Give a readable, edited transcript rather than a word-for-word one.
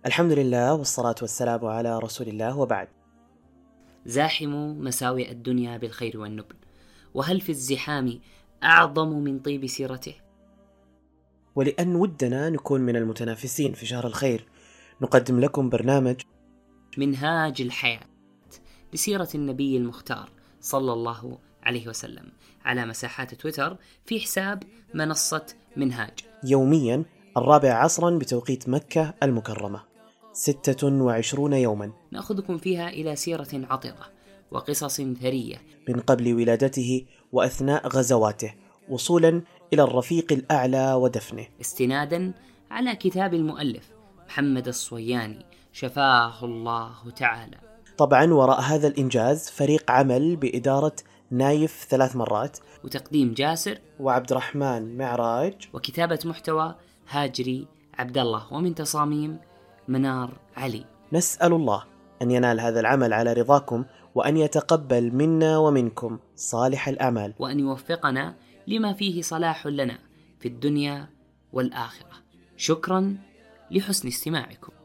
الحمد لله والصلاة والسلام على رسول الله، وبعد. زاحموا مساوئ الدنيا بالخير والنبل، وهل في الزحام أعظم من طيب سيرته؟ ولأن ودنا نكون من المتنافسين في شهر الخير، نقدم لكم برنامج منهاج الحياة لسيرة النبي المختار صلى الله عليه وسلم على مساحات تويتر في حساب منصة منهاج، يوميا 4 بتوقيت مكة المكرمة، 26 يوما نأخذكم فيها إلى سيرة عطرة وقصص ثرية من قبل ولادته وأثناء غزواته، وصولا إلى الرفيق الأعلى ودفنه، استنادا على كتاب المؤلف محمد الصوياني شفاه الله تعالى. طبعا وراء هذا الإنجاز فريق عمل بإدارة نايف 3 مرات وتقديم جاسر وعبد الرحمن معراج، وكتابة محتوى هاجري عبد الله، ومن تصاميم منار علي. نسأل الله أن ينال هذا العمل على رضاكم، وأن يتقبل منا ومنكم صالح الأعمال، وأن يوفقنا لما فيه صلاح لنا في الدنيا والآخرة. شكرا لحسن استماعكم.